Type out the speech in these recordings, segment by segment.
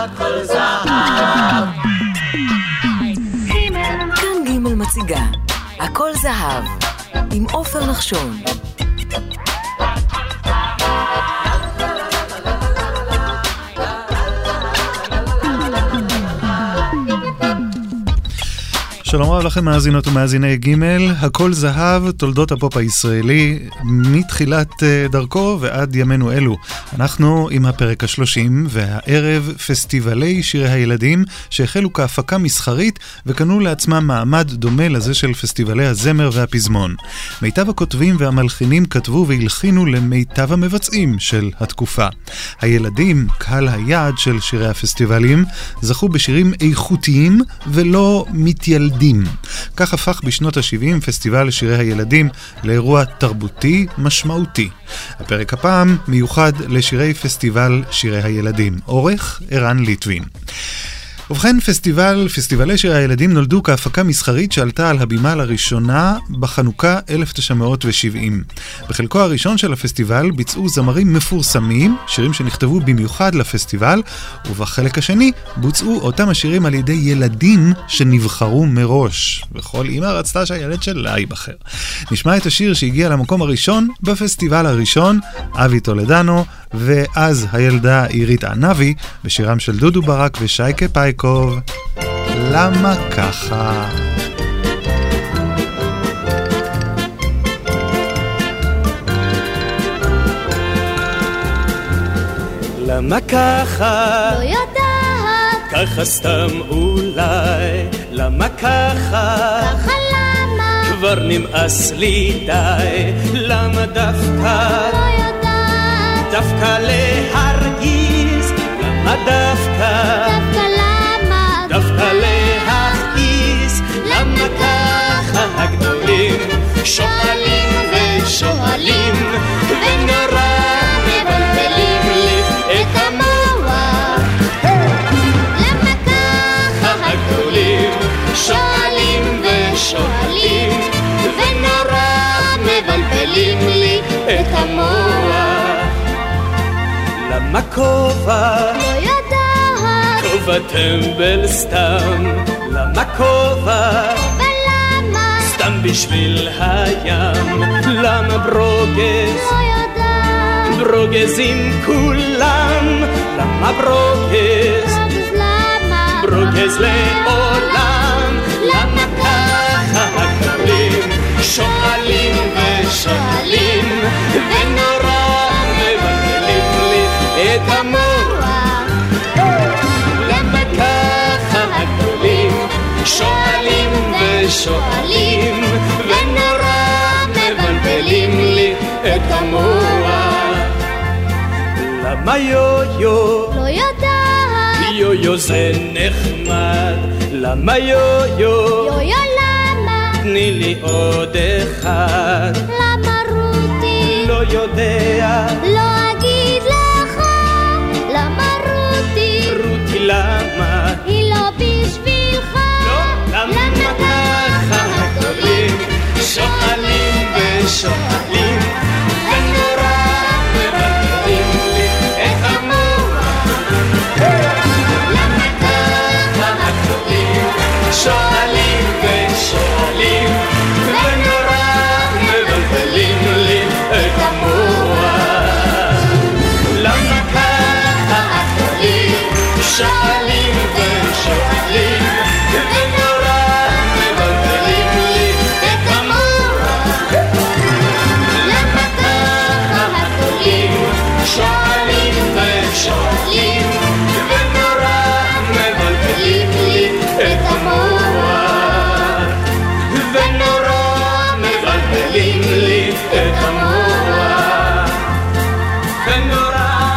הכל זהב. כאן ג' מציגה הכל זהב עם עופר נחשון. שלום רב לכם מאזינות ומאזיני ג' הכל זהב, תולדות הפופ הישראלי מתחילת דרכו ועד ימינו אלו. אנחנו עם הפרק ה-30 והערב פסטיבלי שירי הילדים שהחלו כהפקה מסחרית וקנו לעצמם מעמד דומה לזה של פסטיבלי הזמר והפזמון. מיטב הכותבים והמלחינים כתבו והלחינו למיטב המבצעים של התקופה. הילדים, קהל היעד של שירי הפסטיבלים, זכו בשירים איכותיים ולא מתילדים. כך הפך בשנות ה-70 פסטיבל שירי הילדים לאירוע תרבותי משמעותי. הפרק הפעם מיוחד לשירי פסטיבל שירי הילדים. עורך ערן ליטבין. ובכן, פסטיבלי שירי הילדים נולדו כהפקה מסחרית שעלתה על הבימה לראשונה בחנוכה 1970. בחלקו הראשון של הפסטיבל ביצעו זמרים מפורסמים, שירים שנכתבו במיוחד לפסטיבל, ובחלק השני בוצעו אותם השירים על ידי ילדים שנבחרו מראש. וכל אמא רצתה שהילד שלה ייבחר. נשמע את השיר שהגיע למקום הראשון בפסטיבל הראשון, אבי טולדנו, ואז הילדה עירית ענבי, בשירם של דודו ברק ושייקה פייקוב, למה ככה? למה ככה? לא יודעת. ככה סתם אולי. למה ככה? ככה למה? כבר נמאס לי די. למה דווקא? לא יודעת. דווקא להרגיז. למה דווקא? דווקא למה? דווקא להכעיס. למה ככה הגדולים שואלים ושואלים ונורא מבלבלים לי את המוח. למה ככה הגדולים שואלים ושואלים ונורא מבלבלים לי את המוח. למה כובע? לא יודעת. כובע טמבל סתם. למה כובע? ולמה? סתם בשביל הים. למה ברוגז? לא יודעת. ברוגז עם כולם. למה ברוגז? אז למה? ברוגז לעולם. למה ככה הגדולים שואלים ושואלים ונורא מבלבלים לי את המוח. למה ככה הגדולים שואלים ושואלים ונורא מבלבלים לי את המוח. למה יו-יו? לא יודעת. יו-יו זה נחמד. למה יו-יו? יו-יו למה? תני לי עוד אחד. למה רותי? לא יודע. לא אגיד לך. למה רותי? רותי למה? היא לא בשבילך. לא. למה ככה הגדולים שואלים ושואלים ונורא מבלבלים לי את המוח. למה ככה הגדולים שואלים ושואלים ונורא מבלבלים לי את המוח. למה ככה הגדולים שואלים ושואלים ונורא מבלבלים לי את המוח. למה ככה הגדולים שואלים ושואלים ונורא מבלבלים לי את המוח. ונורא מבלבלים לי את המוח. ונורא.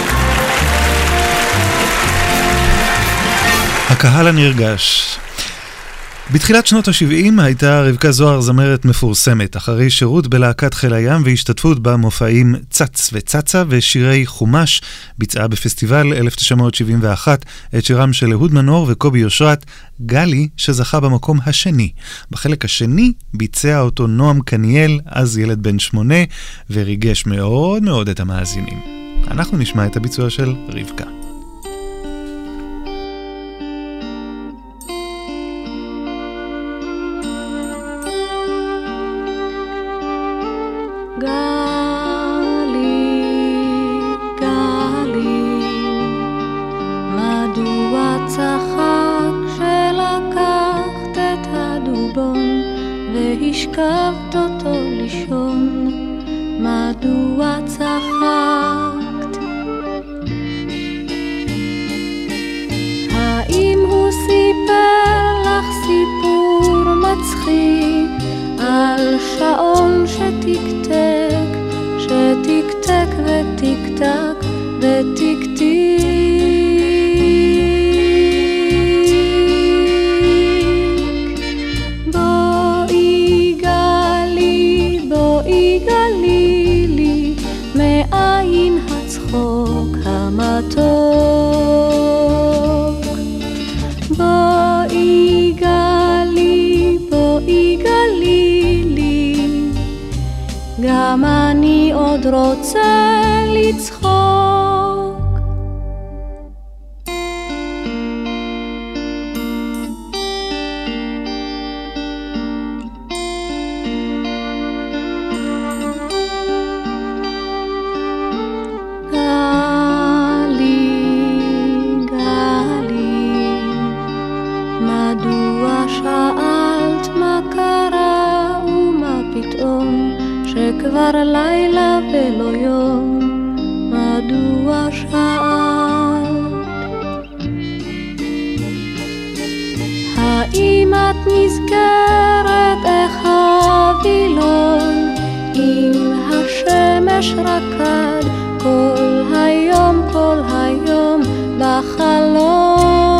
הקהל הנרגש. בתחילת שנות ה-70 הייתה רבקה זוהר זמרת מפורסמת, אחרי שירות בלהקת חיל הים והשתתפות במופעים צץ וצצה ושירי חומש, ביצעה בפסטיבל 1971 את שירם של אהוד מנור וקובי יושרת, גלי, שזכה במקום השני. בחלק השני ביצע אותו נועם קניאל, אז ילד בן 8, וריגש מאוד מאוד את המאזינים. אנחנו נשמע את הביצוע של רבקה. השכבת אותו לישון, מדוע צחקת? האם הוא סיפר לך סיפור מצחיק על שעון שתקתק, שתקתק ותקתק ותקתק? בואי גלי, בואי גלי לי, מאין הצחוק המתוק? בואי גלי, בואי גלי לי, גם אני עוד רוצה לצחוק. כבר לילה ולא יום, מדוע שאלת? האם את נזכרת איך הווילון עם השמש רקד כל היום בחלום?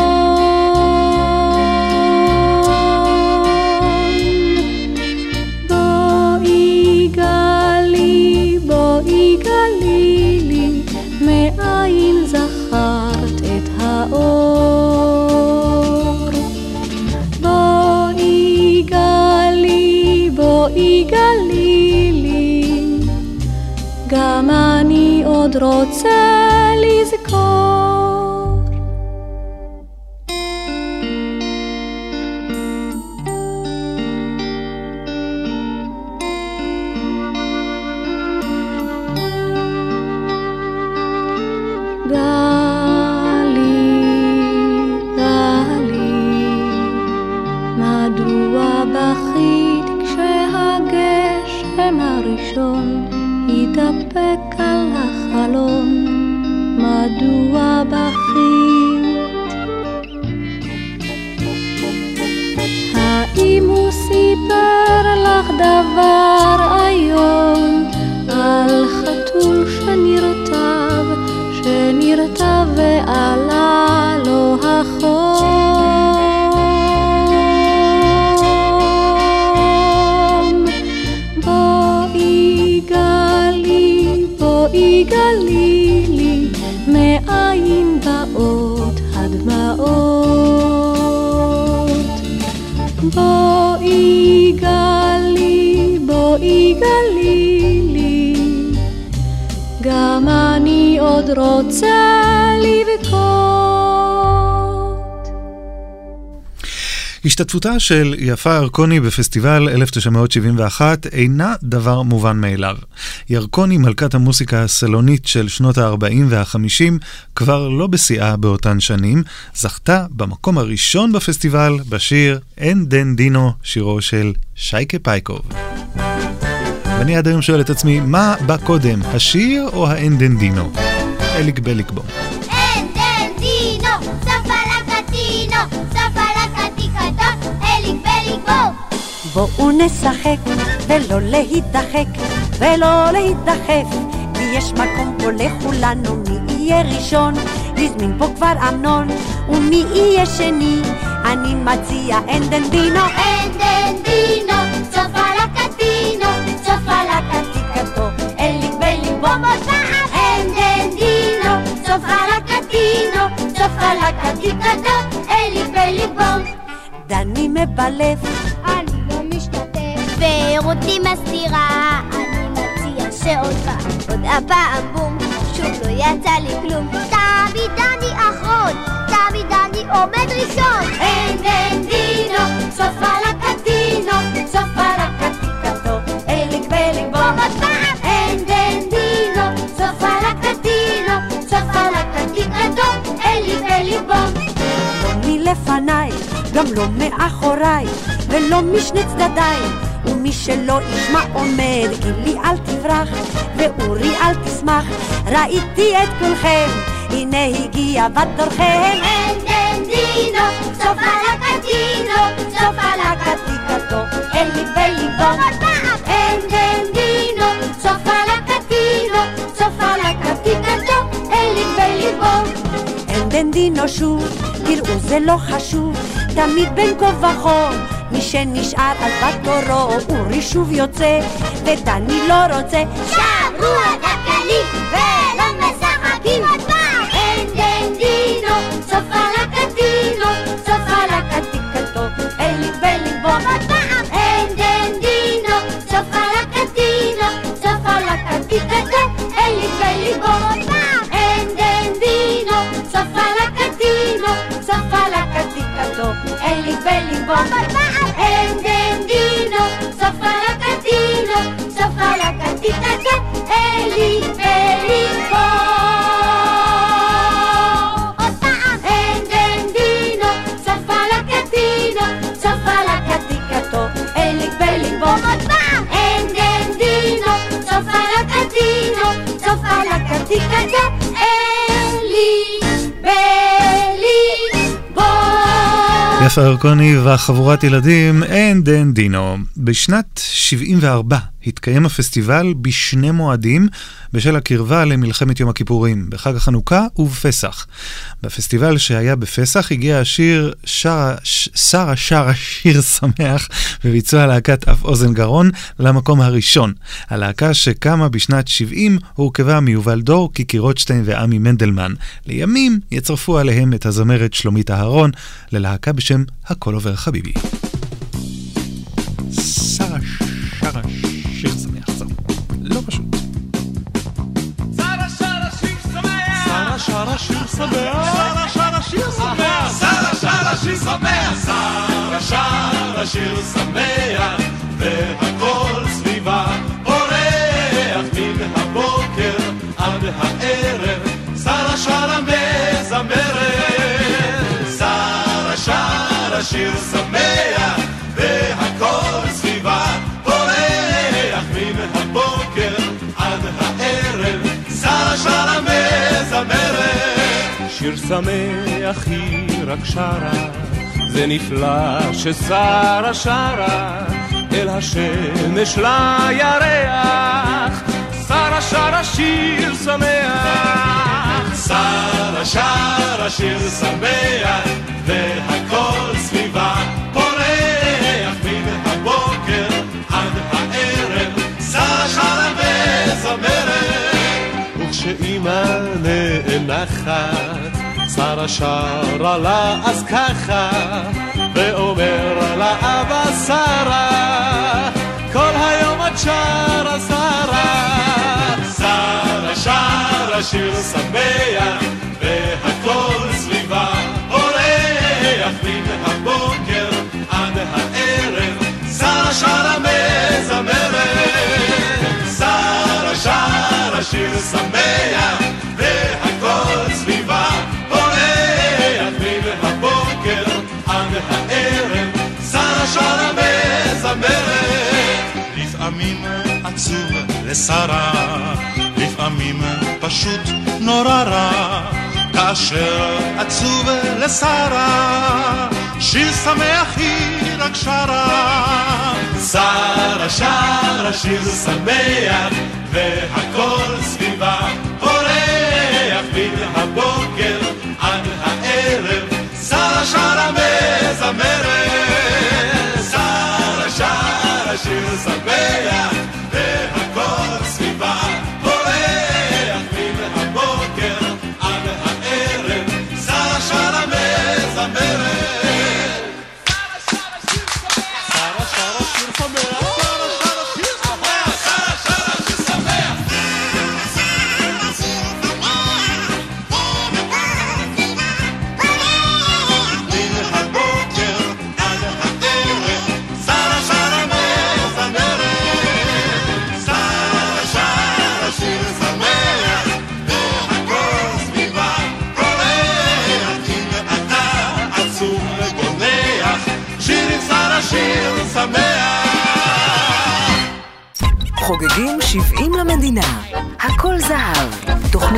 מאין זכרת את האור? בואי גלי, בואי גלי לי, גם אני עוד רוצה לזכור. התדפק על החלום, מדוע בכית? האם הוא סיפר לך דבר היום על חתול שנרטב ועלה לו החום? בואי גלי לי, מאין באות הדמעות? בואי גלי, בואי גלי לי, גם אני עוד רוצה לבכות. השתתפותה של יפה ירקוני בפסטיבל 1971 אינה דבר מובן מאליו. ירקוני, מלכת המוסיקה הסלונית של שנות ה-40 וה-50, כבר לא בשיאה באותן שנים, זכתה במקום הראשון בפסטיבל בשיר אין דן דינו, שירו של שייקה פייקוב. ואני עד היום שואל את עצמי, מה בא קודם, השיר או האין דן דינו? אליק בליק בו. אין דן דינו, סופה לקטינו, סופה לקטיקתו, אליק בליק בו. בואו נשחק ולא להתדחק ולא להתדחף, כי יש מקום פה לכולנו. מי יהיה ראשון? הזמין פה כבר אמנון. ומי יהיה שני? אני מציע אין דן דינו. אין דן דינו, סופה לקטינו, סופה לקטיקתו, אליק בליק בו. אין דן דינו, סופה לקטינו, סופה לקטיקתו, אליק בליק בו. דני מבלף, אני לא משתתף, ורותי מסתירה. אני מציע שעוד פעם, עוד הפעם בום, שוב לא יצא לי כלום. תמיד דני אחרון, תמיד דני עומד ראשון. אין דן דינו, סופה לקטינו, סופה לקטיקתו, אליק בליק בו. אין דן דינו, סופה לקטינו, סופה לקטיקתו, אליק בליק בו. לא מלפניי, גם לא מאחוריי, ולא משני צדדיי, ומי שלא ישמע עומד, גילי אל תברח ואורי אל תשמח, ראיתי את כולכם, הנה הגיע בתורכם. אין דינו, סוף על הקטינו, סוף על הקטיקתו, אין לי בליבו. אין דינו, סוף על הקטינו, סוף על הקטיקתו, אין לי בליבו. אין דינו שוב, תראו זה לא חשוב, תמיד בין כה וכה, מי שנשאר על בתורו, אורי שוב יוצא, ודני לא רוצה. שברו הדקלים ולא משחקים עוד פעם. אין דינו, סוף על הקטינו, סוף על הקטיקתו, אין לי בליבו. עוד פעם. אין דינו, סוף על הקטינו, סוף על הקטיקתו, אין לי בליבו. עוד פעם. אין דינו, סוף על הקטינו, סוף על הקטיקתו, אין לי בליבו. עוד פעם. אין דינו, סוף על הקטינו, סוף על הקטיקתו, אין לי בליבו. עוד פעם. אין דינו, סוף על הקטינו, סוף על הקטיקתו, אין לי בליבו. עוד פעם. אין דינו, סוף על הקטינו, סוף על הקטיקתו, אין לי בליבו. יפה ירקוני והחבורת ילדים, אין דן דינו. בשנת 74 התקיים הפסטיבל בשני מועדים בשל הקרבה למלחמת יום הכיפורים, בחג החנוכה ובפסח. בפסטיבל שהיה בפסח הגיע השיר שרה שרה שיר שמח בביצוע להקת אף אוזן גרון למקום הראשון. הלהקה שקמה בשנת 70 הורכבה מיובל דור, קיקי רוטשטיין ועמי מנדלמן. לימים יצרפו עליהם את הזמרת שלומית אהרון ללהקה בשם הכל עובר חביבי. שרה שרה שיר שמח, זהו. לא פשוט. שרה שרה שיר שמח, שרה שרה שיר שמח, שרה שרה שיר שמח, שרה שרה שיר שמח, שרה שרה שיר שמח, והכל סביבה פורח מן הבוקר עד הערב, שרה שרה מזמרת, שרה שרה שיר שמח, והכל סביבה פורח מן הבוקר עד הערב, שרה שרה מזמרת. שיר שמח היא רק שרה, זה נפלא ששרה שרה אל השמש לירח, שרה שרה שיר שמח, שרה שרה שיר שמח, והכל סביבה פורח מן הבוקר עד הערב, שרה שרה מזמרת. וכשאימא נאנחת, שרה שרה לה אז ככה, ואומר לה אבא שרה, כל היום את שרה שרה, שרה שרה שיר שמח, והכל סביבה פורח מן הבוקר עד הערב, שרה שרה מזמרת, שרה שרה שיר שמח, והכל סביבה פורח מן הבוקר עד הערב, שרה שרה מזמרת. לפעמים עצוב לשרה, לפעמים פשוט נורא רע, כאשר עצוב לשרה, שיר שמח היא רק שרה, שרה שרה שיר שמח, והכל סביבה פורח מן הבוקר עד הערב, שרה שרה מזמרת, שרה שרה שיר שמח, והכל סביבה פורח מן הבוקר עד הערב, שרה שרה מזמרת, שרה שרה שיר שמח, שרה שרה שיר שמח, שרה שרה שיר שמח, שרה שרה שיר שמח,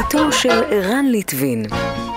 בהגשתו של ערן ליטבין.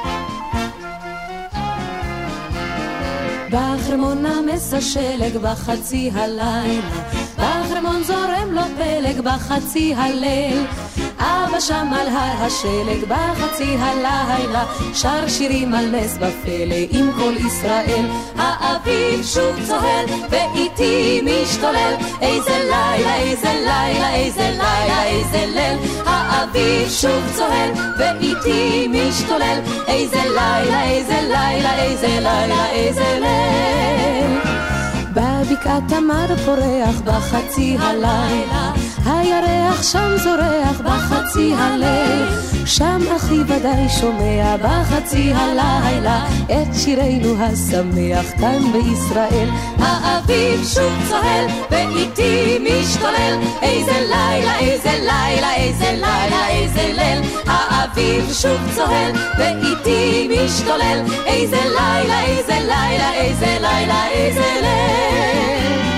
בחרמון נמס השלג בחצי הלילה, בחרמון זורם לו פלג בחצי הליל, אבא שם על הר השלג בחצי הלילה, שר שירים על נס בפלא עם כל ישראל. האביב שוב צוהל ואיתי משתולל, איזה לילה, איזה לילה, איזה לילה, איזה ליל. האביב שוב צוהל ואיתי משתולל, איזה לילה, איזה לילה, איזה לילה, איזה ליל. בבקעת תמר פורח בחצי הלילה, הירח שם זורח בחצי הליל, שם אחי ודאי שומע בחצי הלילה את שירנו השמח כאן בישראל. האביב שוב צוהל ואיתי משתולל, איזה לילה, איזה לילה, איזה לילה, איזה ליל. האביב שוב צוהל ואיתי משתולל, איזה לילה, איזה לילה, איזה לילה, איזה ליל.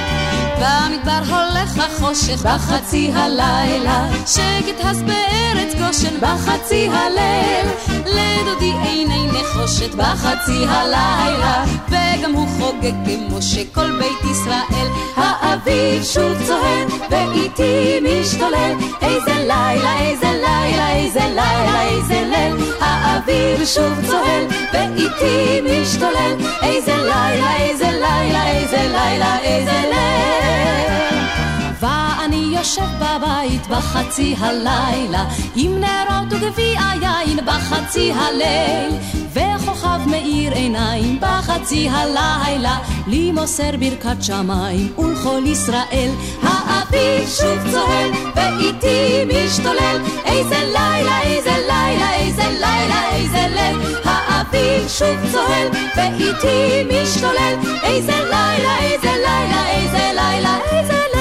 במדבר הולך החושך בחצי הלילה, שקט הס בארץ גושן בחצי הליל, לדודי עיני נחושת בחצי הלילה, וגם הוא חוגג כמו שכל בית ישראל. האביב שוב צוהל ואיתי משתולל, איזה לילה, איזה לילה, איזה לילה, איזה ליל. האביב שוב צוהל ואיתי משתולל, איזה לילה, איזה לילה, איזה לילה, איזה ליל. ואני יושב בבית בחצי הלילה, עם נרות וגביע יין בחצי הליל, וכוכב מאיר עיניים בחצי הלילה, לי מוסר ברכת שמיים ולכל ישראל. האביב שוב צוהל ואיתי משתולל, איזה לילה, איזה לילה, איזה לילה, איזה ליל. האביב שוב צוהל ואיתי משתולל, איזה לילה, איזה לילה, איזה לילה, איזה ליל.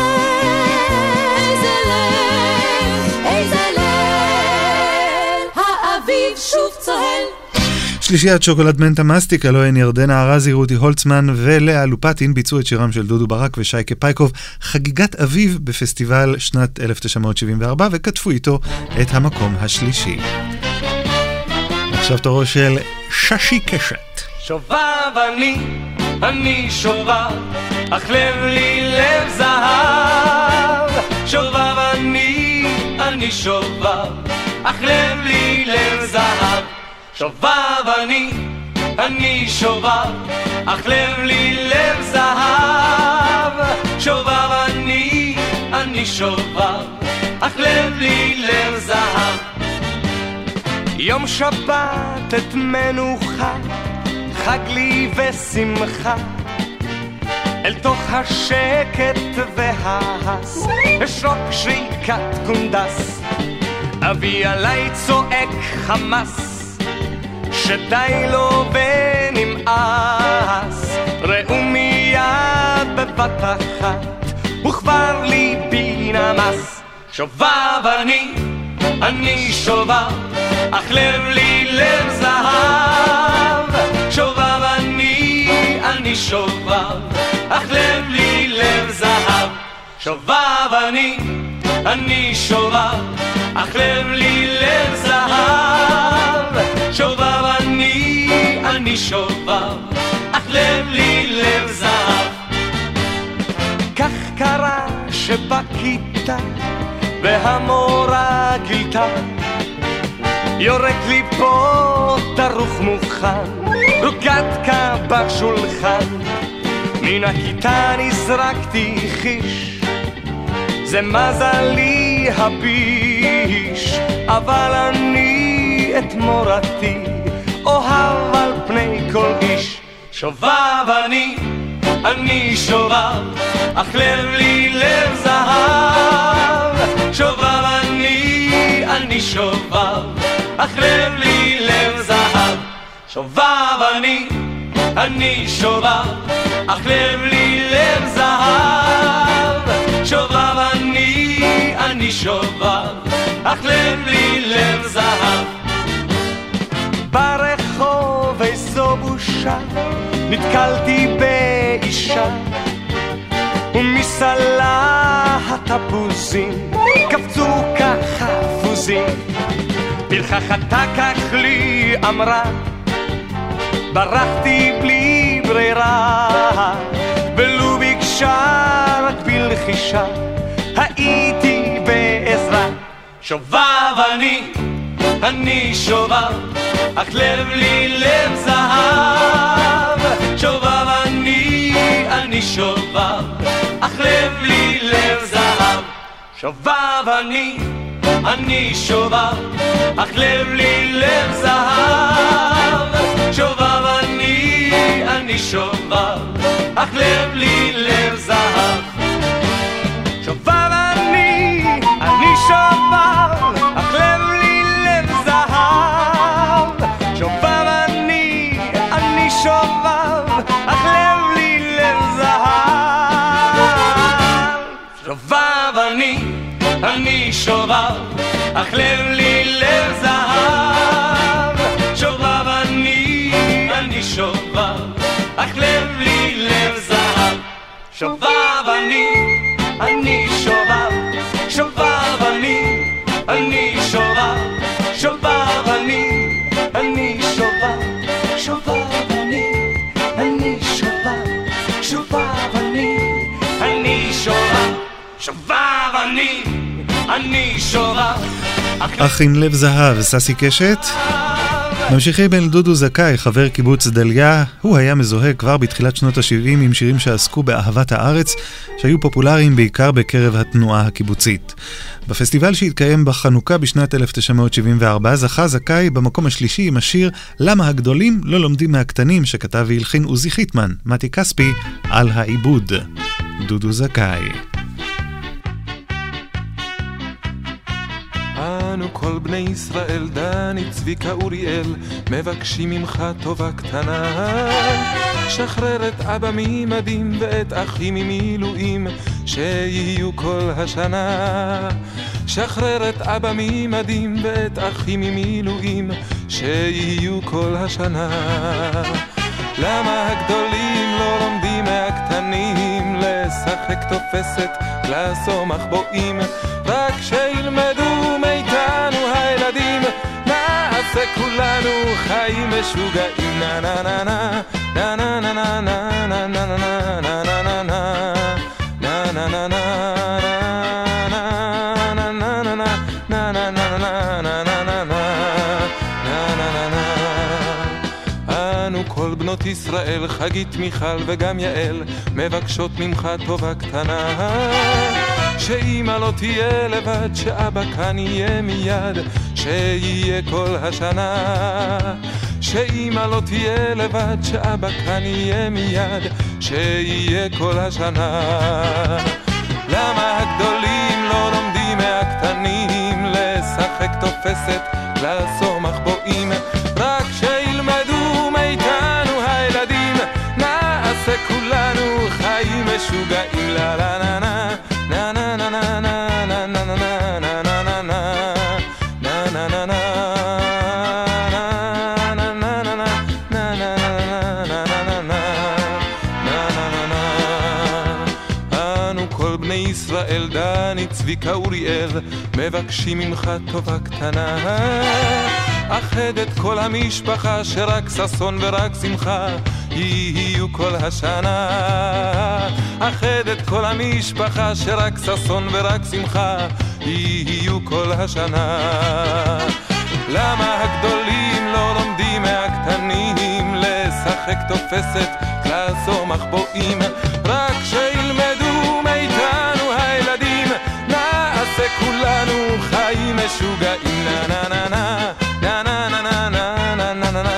שוב צוהל. שלישיית שוקולד מנטה מסטיק, הלוא הן ירדנה ארזי, רותי הולצמן ולאה לופטין, ביצעו את שירם של דודו ברק ושייקה פייקוב, חגיגת אביב בפסטיבל שנת 1974, וכתפו איתו את המקום השלישי. עכשיו תורו של ששי קשת. שובב אני שובב, אך לב לי לב זהב. שובב אני שובב, אך לב לי לב זהב. שובב אני שובב, אך לב לי לב זהב. שובב אני שובב, אך לב לי לב זהב. יום שבת את מנוחה, חג לי ושמחה, אל תוך השקט וההס אשרוק שריקת קונדס. אבי עליי צועק חמס, שדי לו ונמאס. ראו מיד בבת אחת, וכבר ליבי נמס. שובב אני שובב, אך לב לי לב זהב. שובב אני שובב, אך לב לי לב זהב. שובב אני שובב, אך לב לי לב זהב. שובב אני שובב, אך לב לי לב זהב. כך קרה שבכיתה והמורה גילתה, יורק לי פה דרוך מוכן, רוקדקה בשולחן. מן הכיתה נזרקתי חיש, זה מזלי הביש, אבל אני את מורתי אוהב על פני כל איש. שובב אני שובב, אך לב לי לב זהב. שובב אני שובב, אך לב לי לב זהב. שובב אני שובב, אך לב לי לב זהב. שובב אני שובב, אך לב לי לב זהב. ברחוב איזו בושה, נתקלתי באישה, ומסלה התפוזים קפצו כחפוזים. חכתה כך לי אמרה, ברחתי בלי ברירה, ולו ביקשה רק בלחישה, הייתי בעזרה. שובב אני שובב, אך לב לי לב זהב. שובב אני שובב, אך לב לי לב זהב. שובב אני שובב, אך לב לי לב זהב. שובב אני שובב, אך לב לי לב זהב. שובב אני שובב, אך לב לי לב זהב. שובב אני שובב, אך לב לי לב זהב. שובב אני שובב, אך לב לי לב זהב. שובב אני שובב, אך לב לי לב זהב. שובב אני שובב, שובב אני שובב. שובב אני שובב, שובב אני שובב. שובב אני שובב, שובב אני שובב. אך עם לב זהב, ססי קשת. ממשיכי בין דודו זכאי, חבר קיבוץ דליה. הוא היה מזוהה כבר בתחילת שנות ה-70 עם שירים שעסקו באהבת הארץ, שהיו פופולריים בעיקר בקרב התנועה הקיבוצית. בפסטיבל שהתקיים בחנוכה בשנת 1974 זכה זכאי במקום השלישי עם השיר למה הגדולים לא לומדים מהקטנים, שכתב והלחין עוזי חיטמן. מתי כספי על העיבוד. דודו זכאי. אנו כל בני ישראל, דני, צביקה, אוריאל, מבקשים ממך טובה קטנה. שחרר את אבא ממדים ואת אחי ממילואים, שיהיו כל השנה. שחרר את אבא ממדים ואת אחי ממילואים, שיהיו כל השנה. למה הגדולים לא לומדים מהקטנים, לשחק תופסת, קלאס או מחבואים, רק שילמדו מאיתנו הילדים, נעשה כולנו חיים משוגעים. נה נה נה נה נה נה נה נה נה נה נה נה נה נה נה. כל בנות ישראל, חגית, מיכל וגם יעל, מבקשות ממך טובה קטנה. שאמא לא תהיה לבד, שאבא כאן יהיה מיד, שיהיה כל השנה. שאמא לא תהיה לבד, שאבא כאן יהיה מיד, שיהיה כל השנה. למה הגדולים לא לומדים מהקטנים, לשחק תופסת, קלאס או מחבואים, רק שילמדו מאיתנו הילדים, נעשה כולנו חיים משוגעים. לה לה לה לה נה נה נה נה נה נה נה נה נה נה נה נה. ישראל, דני, צביקה, אוריאל, מבקשים ממך טובה קטנה. אחד את כל המשפחה, שרק ששון ורק שמחה יהיו כל השנה. אחד את כל המשפחה, שרק ששון ורק שמחה יהיו כל השנה. למה הגדולים לא לומדים מהקטנים, לשחק תופסת, קלאס או מחבואים, רק שילמדו מאיתנו הילדים, נעשה כולנו חיים משוגעים. נה נה נה נה נה נה נה נה נה נה נה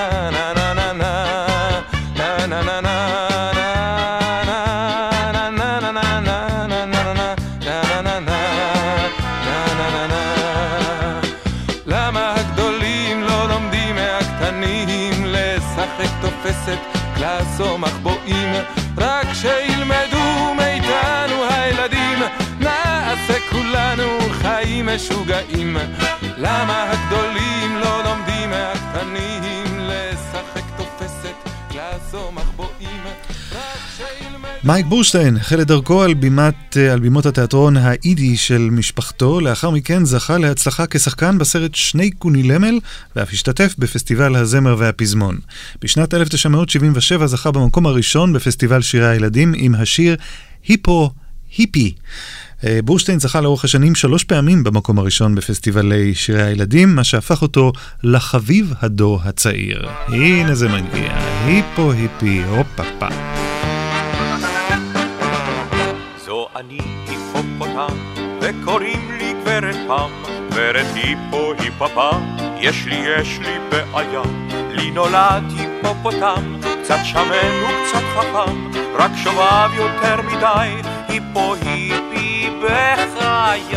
תופסת, קלאס או מחבואים, רק שילמדו מאיתנו הילדים, נעשה כולנו חיים משוגעים. למה הגדולים לא לומדים מהקטנים, לשחק תופסת, קלאס או מחבואים, רק שילמדו מייק בורשטיין החל את דרכו על בימות התיאטרון האידי של משפחתו, לאחר מכן זכה להצלחה כשחקן בסרט שני קוני למל, ואף השתתף בפסטיבל הזמר והפזמון. בשנת 1977 זכה במקום הראשון בפסטיבל שירי הילדים עם השיר היפו היפי. בורשטיין זכה לאורך השנים 3 פעמים במקום הראשון בפסטיבלי שירי הילדים, מה שהפך אותו לחביב הדור הצעיר. הנה זה מגיע, היפו היפי, הופפה. זו אני היפופוטם, וקוראים לי גברת פם, גברת היפו היפפה, יש לי בעיה, לי נולד היפופוטם, קצת שמן וקצת חכם, רק שובב יותר מדי, היפו היפי בחיי.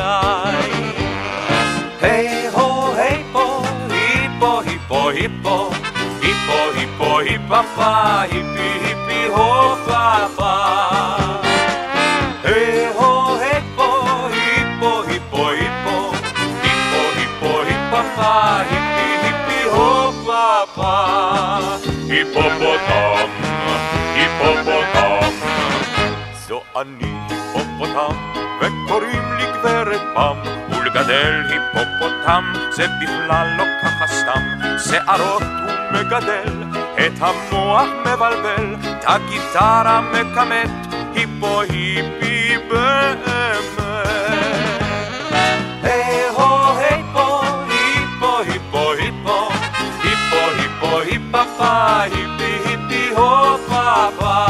היי הו היפו, היפו היפו היפו, היפו היפו היפפה, היפי היפי הופפה. היי הו היפו, היפו היפו היפו, היפו היפו היפפה, היפי היפי הופפה. היפופוטם, היפופוטם, זו אני היפופוטם, וקוראים לי גברת פם, ולגדל היפופוטם זה בכלל לא ככה סתם, שערות הוא מגדל, את המוח מבלבל, את הגיטרה מקמת, היפו היפי באמת. היי הו היפו, היפו היפו היפו, היפו היפו היפפה, היפי היפי הופפה.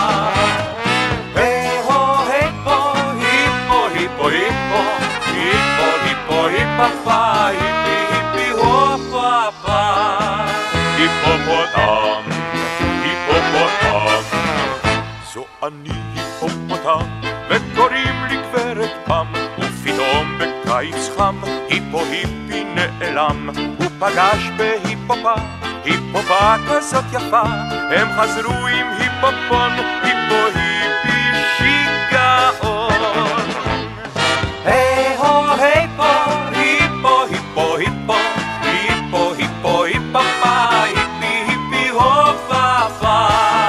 היי הו היפו, היפו היפו היפו, היפו היפו היפפה, היפי היפי הופפה. היפופוטם, היפופוטם, זו אני היפופוטם, וקוראים לי גברת פם, ופתאום בקיץ חם, היפו היפי נעלם, הוא פגש בהיפופה, היפופה כזאת יפה, הם חזרו עם היפופון, היפו היפי שיגעון. היי הו היפו, היפו היפו היפו, היפו היפו היפפה, היפי היפי הופפה.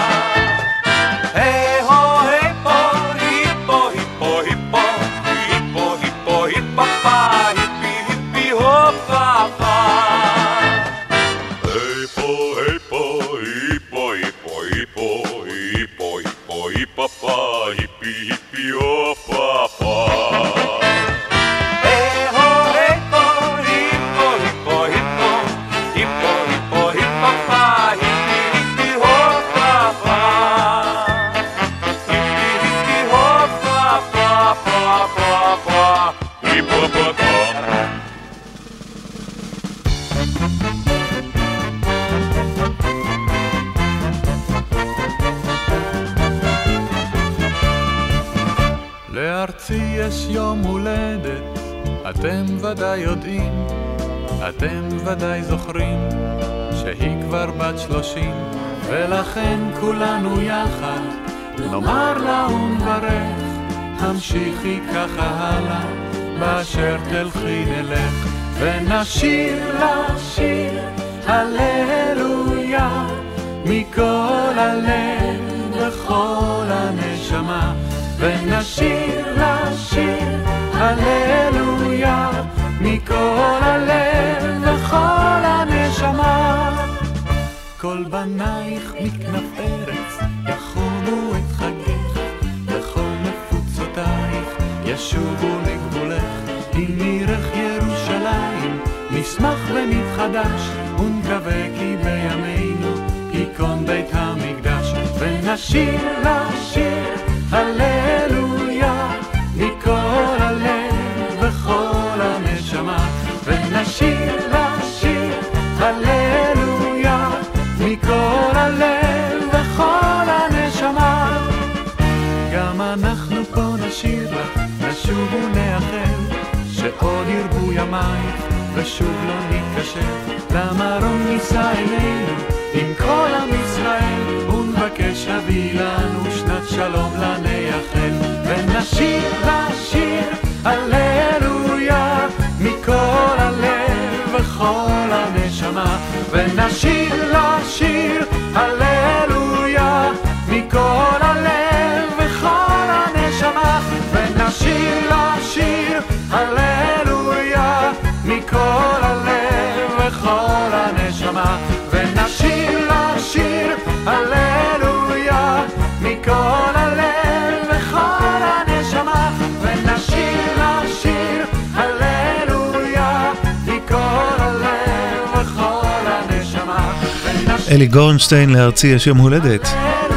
היי הו היפו, היפו היפו היפו, היפו היפו היפפה, היפי היפי הופפה. לארצי יש יום הולדת, אתם ודאי יודעים, אתם ודאי זוכרים, שהיא כבר בת 30, ולכן כולנו יחד נאמר לה ונברך, המשיכי ככה הלאה, באשר תלכי נלך, ונשיר לה שיר הללויה, מכל הלב וכל הנשמה, ונשיר לה שיר הללויה, מכל הלב וכל הנשמה. כל בנייך מכנף ארץ יחונו את חגך, וכל מפוצותייך ישובו לגבולך, אם עירך ירושלים נשמח ונתחדש, ונקווה כי בימינו ייכון בית המקדש, ונשיר לה שיר הללויה, מכל הלב וכל הנשמה, ונשיר לה שיר הללויה, מכל הלב וכל הנשמה. גם אנחנו פה נשיר לך, נשוב ונאחל, שעוד ירבו ימייך ושוב לא נתקשר, למרום נישא אלינו עם כל עם ישראל, ונבקש הביא לנו שנת שלום לנייחל, ונשיר לשיר הללויה, מכל הלב וכל הנשמה, ונשיר לשיר הללויה, מכל הלב הללויה, מכל הלב וכל הנשמה, ונשיר לשיר הללויה, מכל הלב וכל הנשמה. אלי גורנשטיין לארצי יש יום הולדת.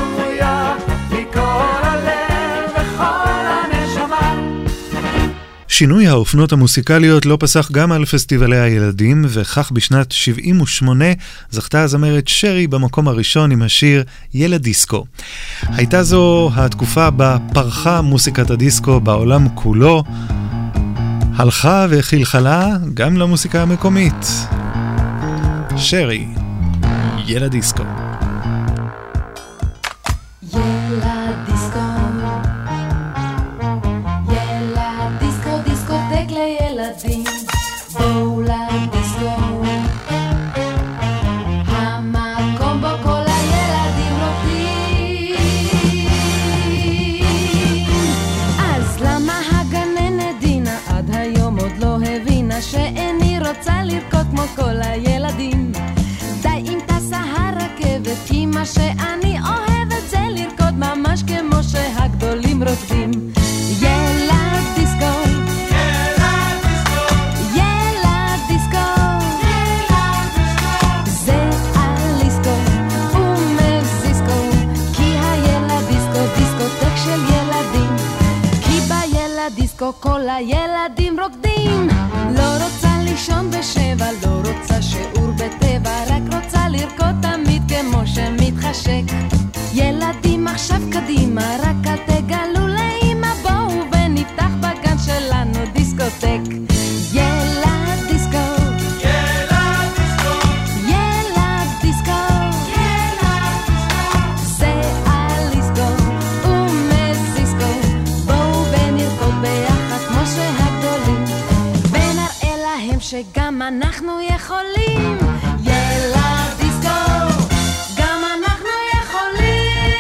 שינוי האופנות המוסיקליות לא פסח גם על פסטיבלי הילדים, וכך בשנת 78 זכתה הזמרת שרי במקום הראשון עם השיר ילד דיסקו. הייתה זו התקופה בה פרחה מוסיקת הדיסקו בעולם כולו, הלכה וחלחלה גם למוסיקה המקומית. שרי, ילד דיסקו. שאיני רוצה לרקוד כמו כל הילדים, די אם טסה הרכבת, כי מה שאני אוהבת זה לרקוד ממש כמו שהגדולים רוקדים. ילד דיסקו, ילד דיסקו, ילד דיסקו, זה אליסקו ומזיסקו, כי הילד דיסקו דיסקוטק של ילדים, כי בילד דיסקו כל הילדים רוקדים. לא רוצה לישון בשבע, לא רוצה שיעור בטבע, רק רוצה לרקוד תמיד כמו שמתחשק. ילדים עכשיו קדימה, רק אל תגלו לאמא, בואו ונפתח בגן שלנו דיסקוטק. ילד דיסקו, ילד דיסקו, ילד דיסקו, ילד דיסקו, זה אליסקו ומזיסקו, בואו ונרקוד ביחד כמו שהגדולים, שגם אנחנו יכולים. ילד דיסקו, גם אנחנו יכולים.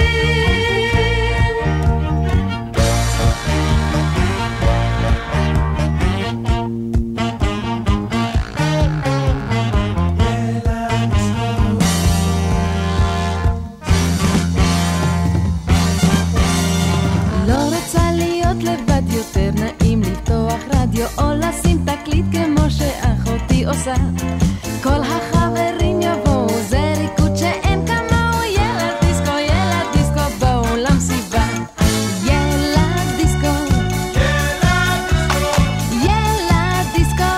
לא רוצה להיות לבד יותר, נעים לפתוח רדיו או לשים תקליט כמו שאחותי עושה. כל החברים יבואו, זה ריקוד שאין כמוהו. ילד דיסקו, ילד דיסקו, בואו למסיבה. ילד דיסקו, ילד דיסקו, ילד דיסקו,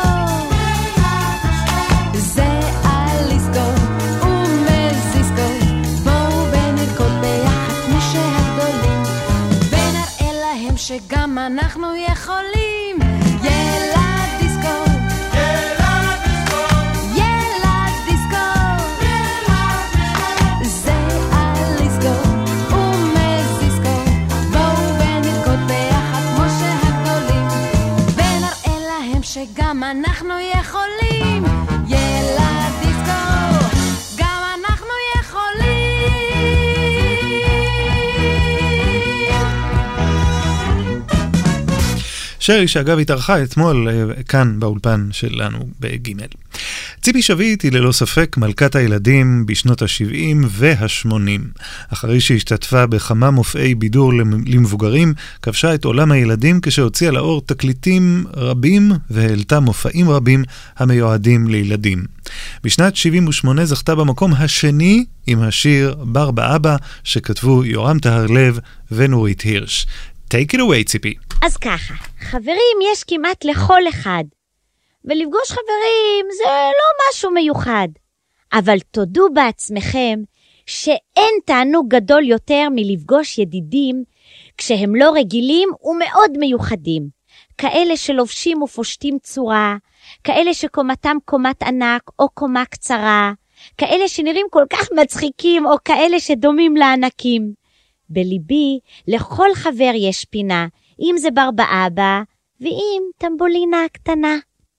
זה אליסקו ומזיסקו, בואו ונרקוד ביחד כמו שהגדולים, ונראה להם שגם אנחנו יכולים. ילד דיסקו, ילד דיסקו, ילד דיסקו, זה אליסקו ומזיסקו, בואו ונרקוד ביחד כמו שהגדולים, ונראה להם שגם אנחנו יכולים. ילד דיסקו, גם אנחנו יכולים. שרי שאגב התארחה אתמול כאן באולפן שלנו בגימל. ציפי שביט היא ללא ספק מלכת הילדים בשנות ה-70 וה-80. אחרי שהשתתפה בכמה מופעי בידור למבוגרים, כבשה את עולם הילדים כשהוציאה לאור תקליטים רבים והעלתה מופעים רבים המיועדים לילדים. בשנת 78 זכתה במקום השני עם השיר בר באבא שכתבו יורם טהרלב ונורית הירש. Take it away, ציפי. אז ככה, חברים יש כמעט לכל אחד, ולפגוש חברים זה לא משהו מיוחד, אבל תודו בעצמכם שאין תענוג גדול יותר מלפגוש ידידים כשהם לא רגילים ומאוד מיוחדים, כאלה שלובשים ופושטים צורה, כאלה שקומתם קומת ענק או קומה קצרה, כאלה שנראים כל כך מצחיקים או כאלה שדומים לענקים. בליבי לכל חבר יש פינה, אם זה בר באבא ואם טמבולינה הקטנה.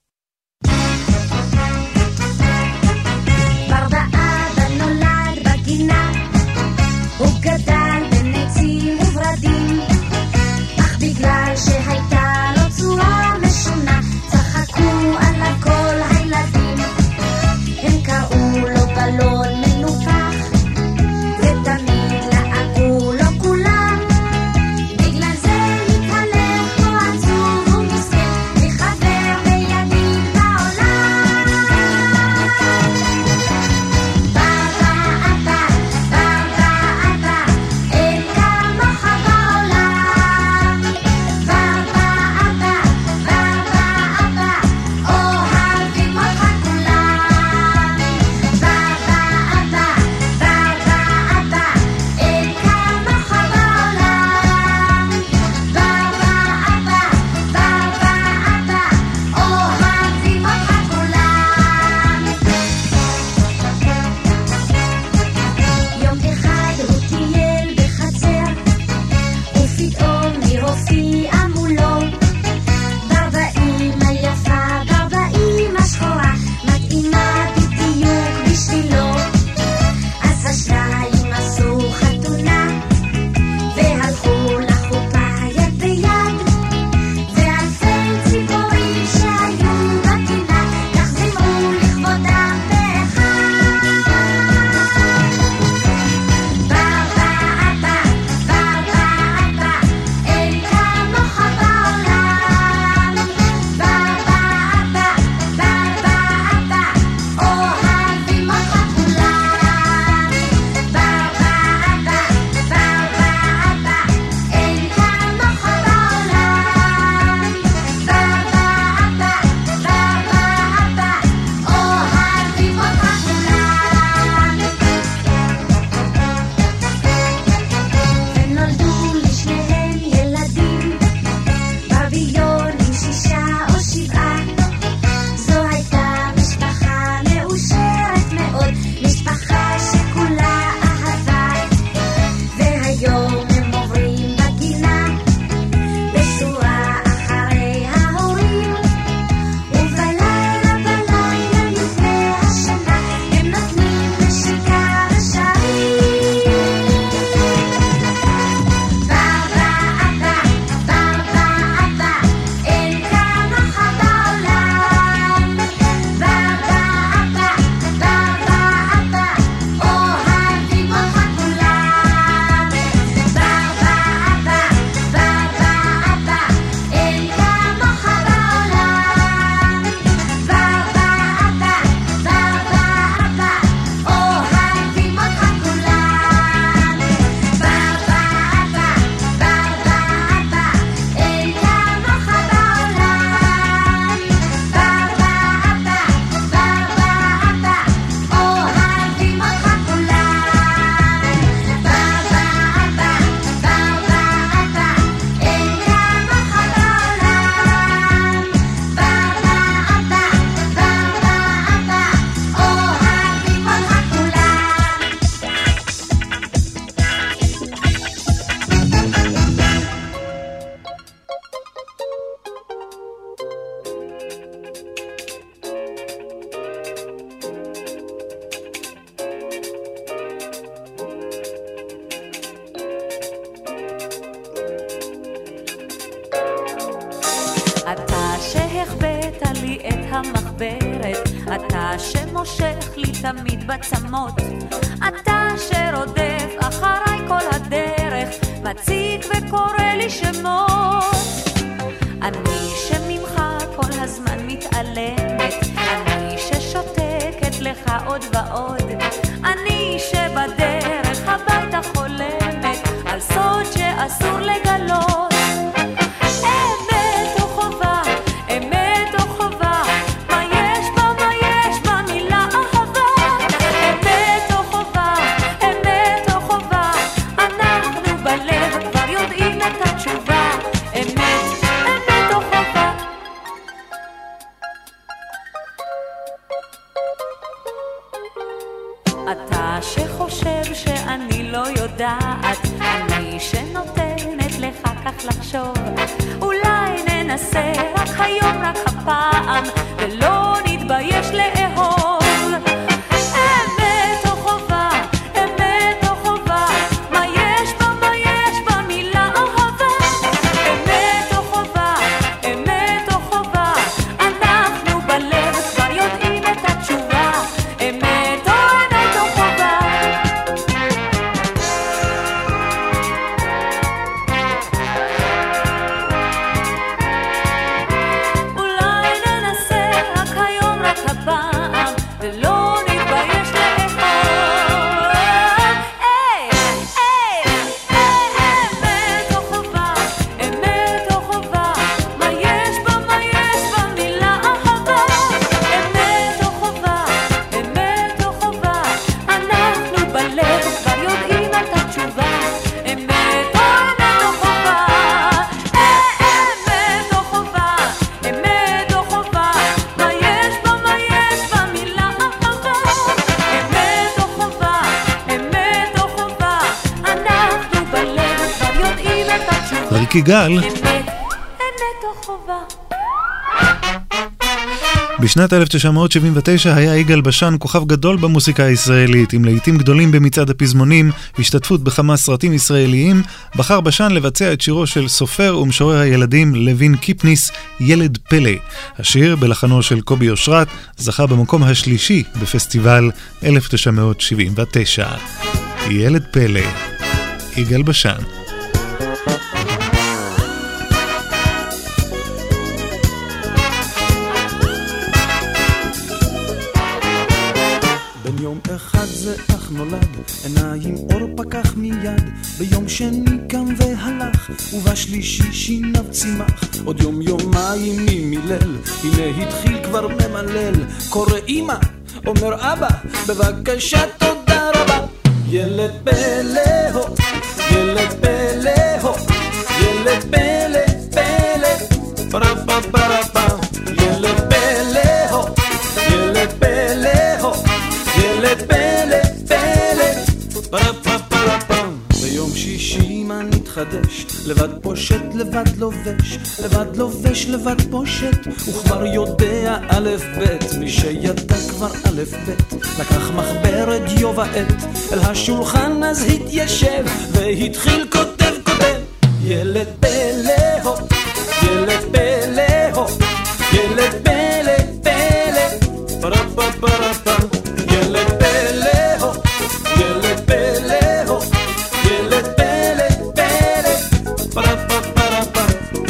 בר באבא נולד בגינה, הוא גדל בין עצים וברדים, אך בגלל שהייתה לו צורה משונה, צחקו עליו כל הילדים. הם קראו לו בלון מנופח, המחברת, אתה שמושך לי תמיד בצמות, אתה שרודף אחריי כל הדרך, מציק וקורא לי שמות. אני שממך כל הזמן מתעלמת, אני ששותקת לך עוד ועוד, אני שבדרך הביתה חולמת על סוד שאסור לגלות. אמת או חובה, אמת או חובה, מה יש בה, מה יש בה מילה אהבה. אמת או חובה, אמת או חובה, אנחנו בלב כבר יודעים את התשובה. אמת, אמת או חובה. אתה שחושב שאני לא יודעת, אני שנותנת לך כך לחשוב, אולי ננסה רק היום, רק הפעם, ולא נתבייש לאהוב. אמת או חובה, אמת או חובה, מה יש בה, מה יש בה מילה אהבה. אמת או חובה, אמת או חובה, אנחנו בלב כבר יודעים את התשובה. אמת או אמת או חובה. אולי ננסה רק היום, רק הפעם, ולא נתבייש לאהוב. אמת או חובה, אמת או חובה, מה יש בה, מה יש בה מילה אהבה. אמת או חובה, אמת או חובה, אנחנו בלב כבר יודעים את התשובה. אמת או אמת או חובה. אמת או חובה, אמת או חובה, מה יש בה, מה יש בה מילה אהבה. אמת או חובה, אמת או חובה, אנחנו בלב כבר יודעים את התשובה. ריקי גל. אמת, אמת או חובה. בשנת 1979 היה יגאל בשן כוכב גדול במוסיקה הישראלית, עם לעיתים גדולים במצעד הפזמונים, השתתפות בכמה סרטים ישראליים. בחר בשן לבצע את שירו של סופר ומשורר הילדים לוין קיפניס, ילד פלא. השיר, בלחנו של קובי אושרת, זכה במקום השלישי בפסטיבל 1979. ילד פלא, יגאל בשן. בן יום אחד זה אך נולד, עיניים אור פקח מיד, ביום שני קם והלך, ובשלישי שיניו צימח, עוד יום יומיים מילל, הנה התחיל כבר ממלל, קורא אמא, אומר אבא, בבקשה תודה רבה. ילד פלא הו, ילד פלא הו, ילד פלא פלא, פרפה פרפה, ילד פלא הו, ילד פלא הו, ילד פלא פלא, פרפה פרפה. ביום שישי מה נתחדש, לבד פושט לבד לובש, לבד לובש לבד פושט, וכבר יודע א' ב', מי שידע כבר א' ב', לקח מחברת דיו ועט, אל השולחן אז התיישב, והתחיל כותב כותב. ילד פלא הו, ילד פלא הו, ילד פלא פלא, פרפה פרפה. ילד פלא הו, ילד פלא הו, ילד פלא פלא, פרפה פרפה.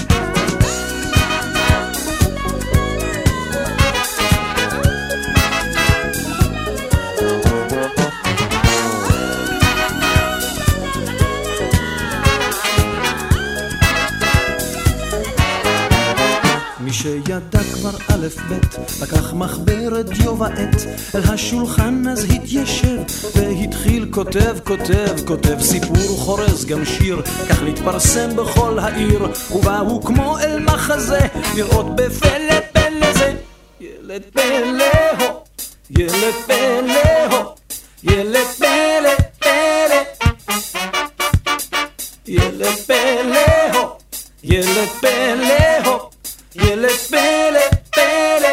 מי שידע כבר א' ב', לקח מחברת דיו ועט, אל השולחן אז התיישב, והתחיל כותב כותב כותב, סיפור חורז גם שיר, כך להתפרסם בכל העיר, ובאו כמו אל מחזה, לראות בפלא פלא זה. ילד פלא הו, ילד פלא הו, ילד פלא פלא, ילד פלא הו, ילד פלא הו, ילד פלא פלא.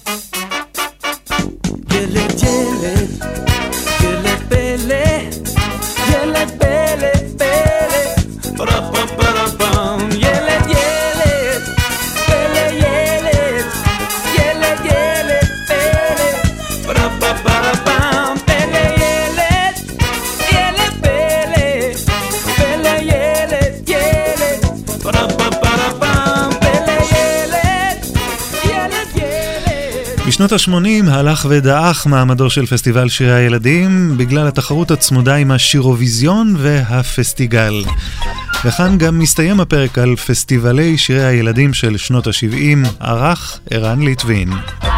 ילד ילד, ילד פלא, ילד פלא פלא, פרפה פרפה. ילד ילד, פלא ילד, ילד ילד. בשנות ה-80 הלך ודעך מעמדו של פסטיבל שירי הילדים בגלל התחרות הצמודה עם השירוויזיון והפסטיגל. וכאן גם מסתיים הפרק על פסטיבלי שירי הילדים של שנות ה-70, ערך ערן ליטבין.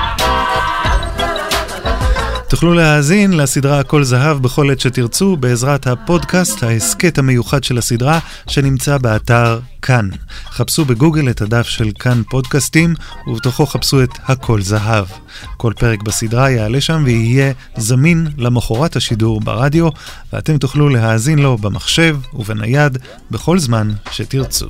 תוכלו להאזין לסדרה הכל זהב בכל עת שתרצו בעזרת הפודקאסט, ההסקט המיוחד של הסדרה שנמצא באתר כאן. חפשו בגוגל את הדף של כאן פודקאסטים ובתוכו חפשו את הכל זהב. כל פרק בסדרה יעלה שם ויהיה זמין למחרת השידור ברדיו, ואתם תוכלו להאזין לו במחשב ובנייד בכל זמן שתרצו.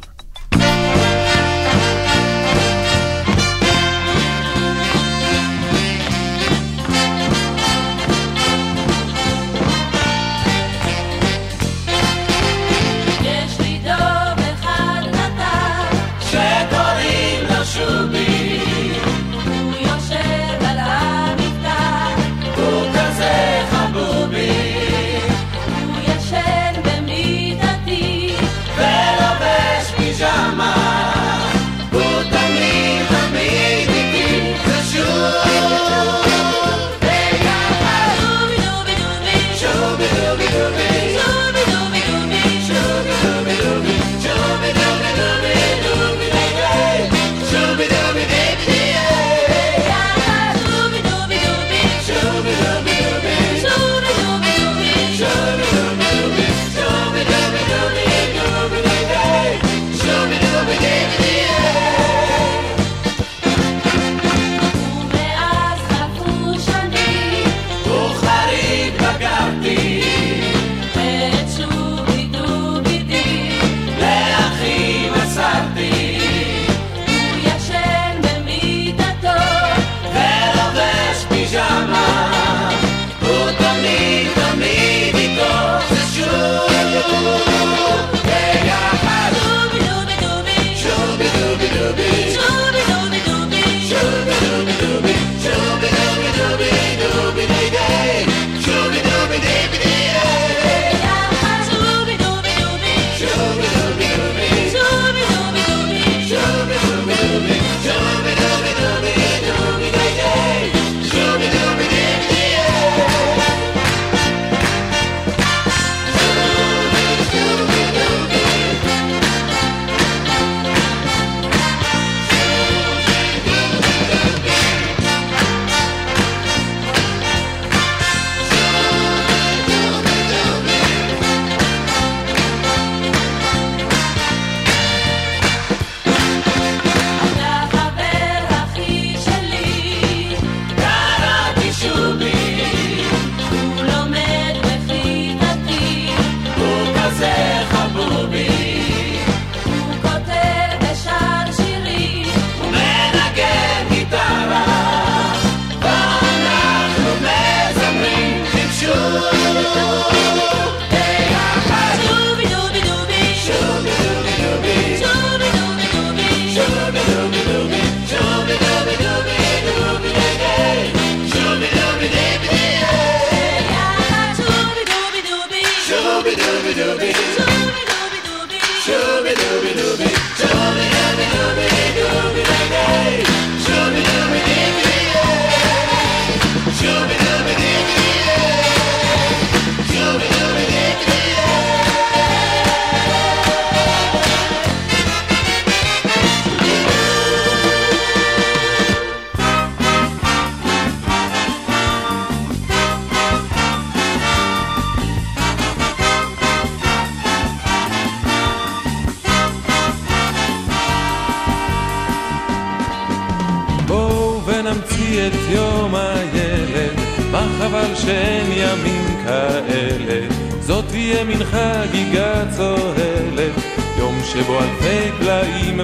שאין ימים כאלה, זאת תהיה מן חגיגה צוהלת, יום שבו אלפי פלאים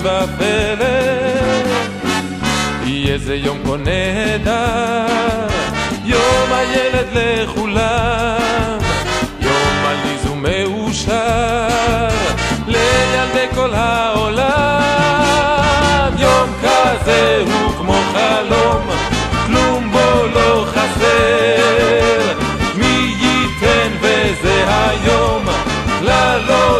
והפלא, יהיה זה יום כה נהדר, יום הילד לכולם, יום עליז ומאושר, לילדי כל העולם, יום כזה הוא כמו חלום, כלום בו לא חסר, מי ייתן וזה היום כלל לא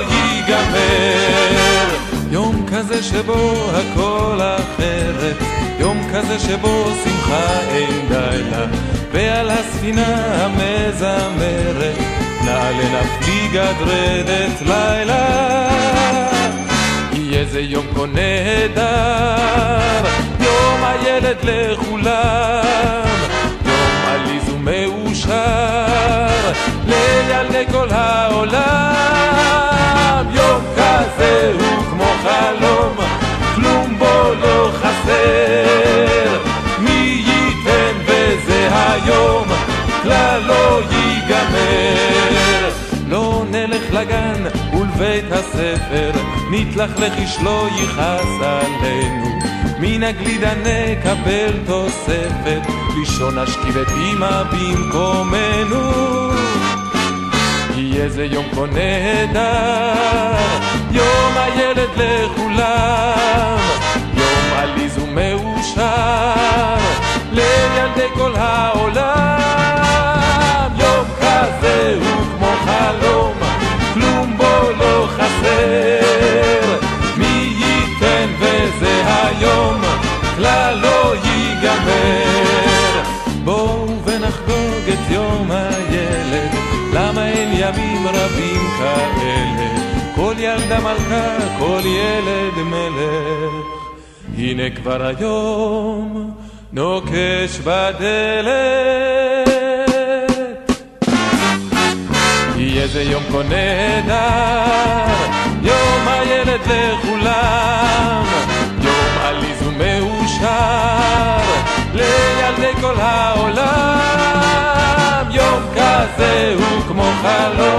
ייגמר. יום כזה שבו הכל אחרת, יום כזה שבו שמחה מנוחה אין דילה, ועל הספינה המזמרת נעלה נפליג עד רדת לילה. יהיה זה יום כה נהדר, יום הילד לכולם, יום עליז ומאושר לילדי כל העולם. יום כזה הוא כמו חלום, כלום בו לא חסר, מי ייתן וזה היום כלל לא ייגמר. לא נלך לגן ולבית הספר, נתלכלך איש לא יכעס עלינו, מן הגלידה נקבל תוספת, לישון נשכיב את אמא במקומנו. יהיה זה יום כה נהדר, יום הילד לכולם, יום עליז ומאושר לילדי כל העולם. יום כזה הוא כמו חלום, כלום בו לא חסר, מי ייתן וזה היום כלל לא ייגמר. בואו ונחגוג את יום הילד, למה אין ימים רבים כאלה, כל ילדה מלכה, כל ילד מלך. הנה כבר היום נוקש בדלת, יהיה זה יום כה נהדר, יום הילד לכולם, יום עליז ומאושר לילדי כל העולם. יום כזה הוא כמו חלום,